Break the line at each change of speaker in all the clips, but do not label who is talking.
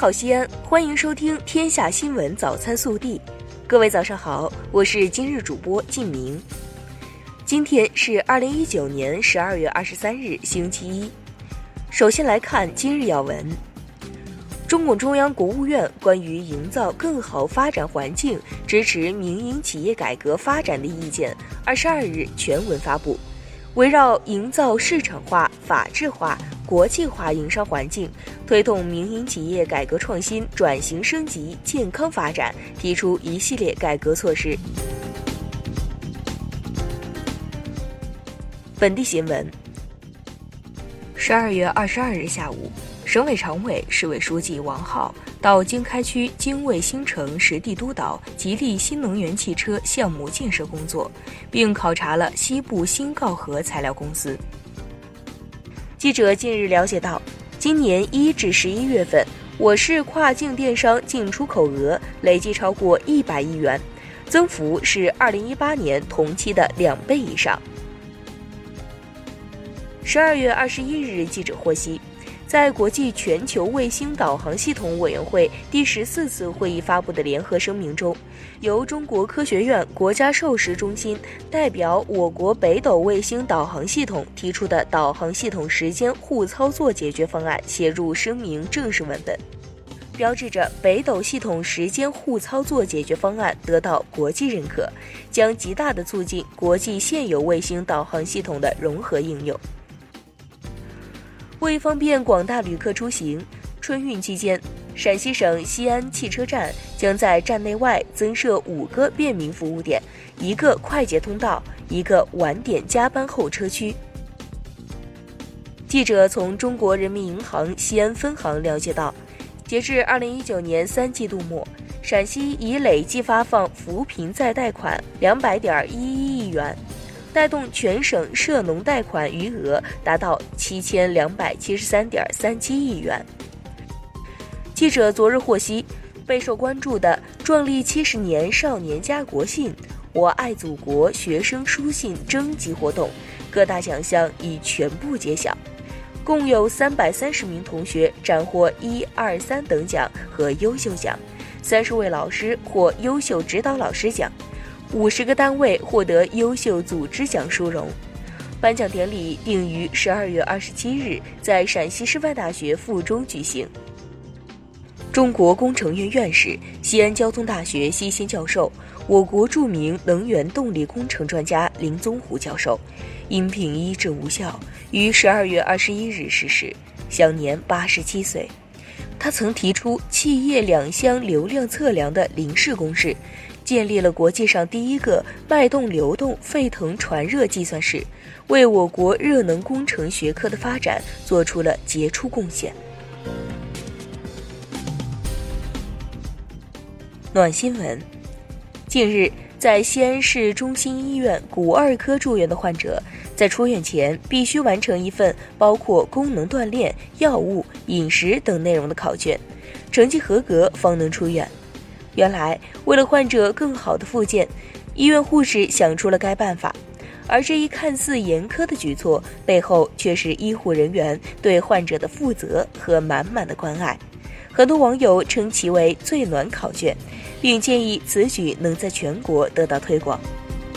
好西安，欢迎收听天下新闻早餐速递。各位早上好，我是今日主播靳明。今天是2019年12月23日，星期一。首先来看今日要闻。中共中央国务院关于营造更好发展环境，支持民营企业改革发展的意见22日全文发布，围绕营造市场化、法治化、国际化营商环境，推动民营企业改革创新、转型升级、健康发展，提出一系列改革措施。本地新闻。12月22日下午，省委常委、市委书记王浩到经开区精卫新城实地督导吉利新能源汽车项目建设工作，并考察了西部新诰和材料公司。记者近日了解到，今年1至11月份，我市跨境电商进出口额累计超过100亿元，增幅是2018年同期的2倍以上。12月21日，记者获悉，在国际全球卫星导航系统委员会第14次会议发布的联合声明中，由中国科学院国家授时中心代表我国北斗卫星导航系统提出的导航系统时间互操作解决方案写入声明正式文本，标志着北斗系统时间互操作解决方案得到国际认可，将极大地促进国际现有卫星导航系统的融合应用。为方便广大旅客出行，春运期间，陕西省西安汽车站将在站内外增设5个便民服务点，1个快捷通道，1个晚点加班候车区。记者从中国人民银行西安分行了解到，截至2019年3季度末，陕西已累计发放扶贫再贷款200.11亿元，带动全省涉农贷款余额达到7273.37亿元。记者昨日获悉，备受关注的壮丽70年少年家国信、我爱祖国学生书信征集活动，各大奖项已全部揭晓，共有330名同学斩获1、2、3等奖和优秀奖，30位老师获优秀指导老师奖，50个单位获得优秀组织奖殊荣。颁奖典礼定于12月27日在陕西师范大学附中举行。中国工程院院士、西安交通大学西先教授、我国著名能源动力工程专家林宗虎教授因病医治无效，于12月21日逝世，享年87岁。他曾提出企业2相流量测量的零式公式，建立了国际上第一个脉动流动沸腾传热计算室，为我国热能工程学科的发展做出了杰出贡献。暖新闻。近日，在西安市中心医院骨2科住院的患者，在出院前必须完成一份包括功能锻炼、药物、饮食等内容的考卷，成绩合格方能出院。原来，为了患者更好的复健，医院护士想出了该办法，而这一看似严苛的举措背后，却是医护人员对患者的负责和满满的关爱。很多网友称其为最暖考卷，并建议此举能在全国得到推广。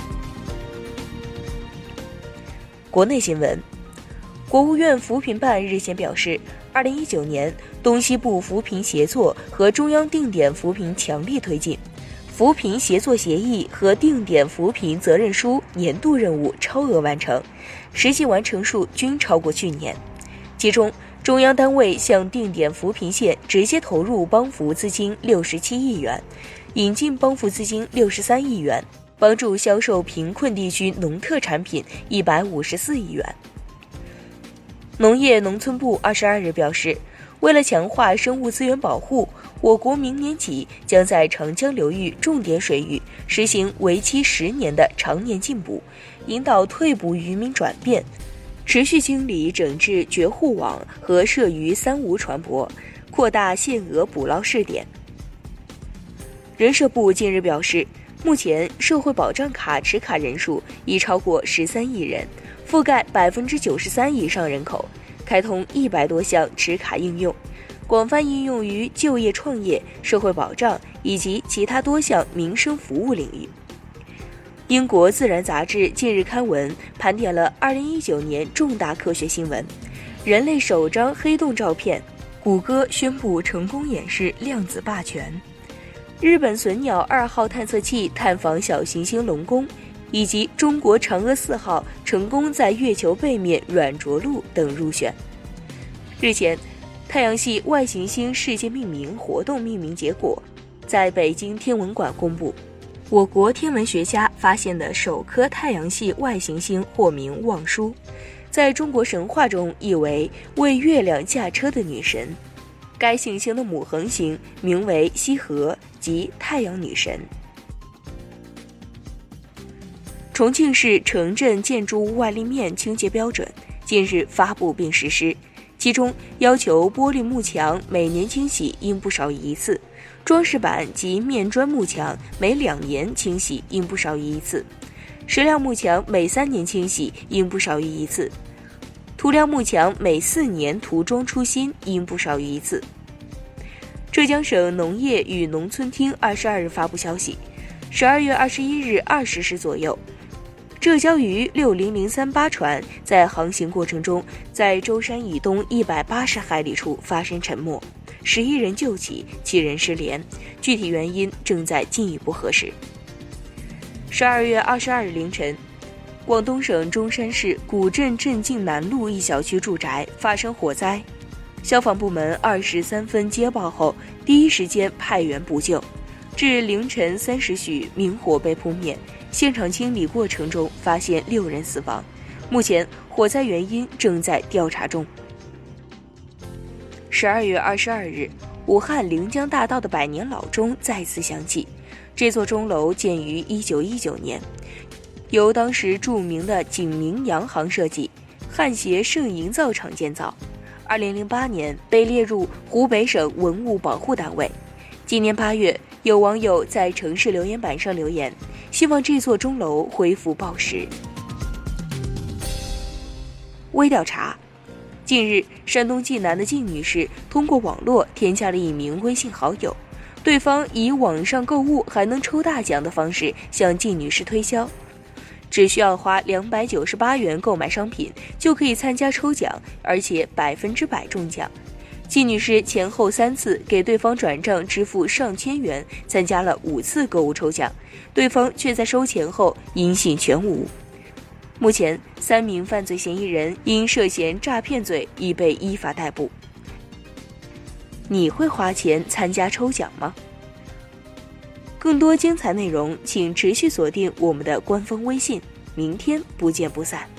国内新闻。国务院扶贫办日前表示，2019年东西部扶贫协作和中央定点扶贫强力推进，扶贫协作协议和定点扶贫责任书年度任务超额完成，实际完成数均超过去年。其中，中央单位向定点扶贫县直接投入帮扶资金67亿元，引进帮扶资金63亿元，帮助销售贫困地区农特产品154亿元。农业农村部22日表示，为了强化生物资源保护，我国明年起将在长江流域重点水域实行为期10年的常年禁捕，引导退捕渔民转变，持续清理整治绝户网和涉渔3无船舶，扩大限额捕捞试点。人社部近日表示，目前社会保障卡持卡人数已超过13亿人，覆盖93%以上人口，开通100多项持卡应用， 广泛应用于就业创业、社会保障以及其他多项民生服务领域。英国《自然》杂志近日刊文盘点了2019年重大科学新闻：人类首张黑洞照片，谷歌宣布成功演示量子霸权，日本隼鸟2号探测器探访小行星龙宫，以及中国嫦娥4号成功在月球背面软着陆等入选。日前，太阳系外行星世界命名活动命名结果在北京天文馆公布。我国天文学家发现的首颗太阳系外行星获名望舒，在中国神话中译为为月亮驾车的女神。该行星的母恒星名为羲和，即太阳女神。重庆市城镇建筑物外立面清洁标准近日发布并实施，其中要求玻璃幕墙每年清洗应不少于1次，装饰板及面砖幕墙每2年清洗应不少于1次，石料幕墙每3年清洗应不少于1次，涂料幕墙每4年涂装出新应不少于1次。浙江省农业与农村厅22日发布消息，12月21日20时左右，浙交鱼60038船在航行过程中，在舟山以东180海里处发生沉没，11人救起，7人失联，具体原因正在进一步核实。12月22日凌晨，广东省中山市古镇镇境南路一小区住宅发生火灾，消防部门23分接报后，第一时间派员补救，至凌晨3时许明火被扑灭。现场清理过程中发现6人死亡，目前火灾原因正在调查中。12月22日，武汉临江大道的百年老钟再次响起。这座钟楼建于1919年，由当时著名的景明洋行设计，汉协盛营造厂建造。2008年被列入湖北省文物保护单位。今年8月，有网友在城市留言板上留言，希望这座钟楼恢复报时。微调查：近日，山东济南的靳女士通过网络添加了一名微信好友，对方以网上购物还能抽大奖的方式向靳女士推销，只需要花298元购买商品就可以参加抽奖，而且100%中奖。靳女士前后3次给对方转账支付上千元，参加了5次购物抽奖，对方却在收钱后音信全无。目前3名犯罪嫌疑人因涉嫌诈骗罪已被依法逮捕。你会花钱参加抽奖吗？更多精彩内容请持续锁定我们的官方微信，明天不见不散。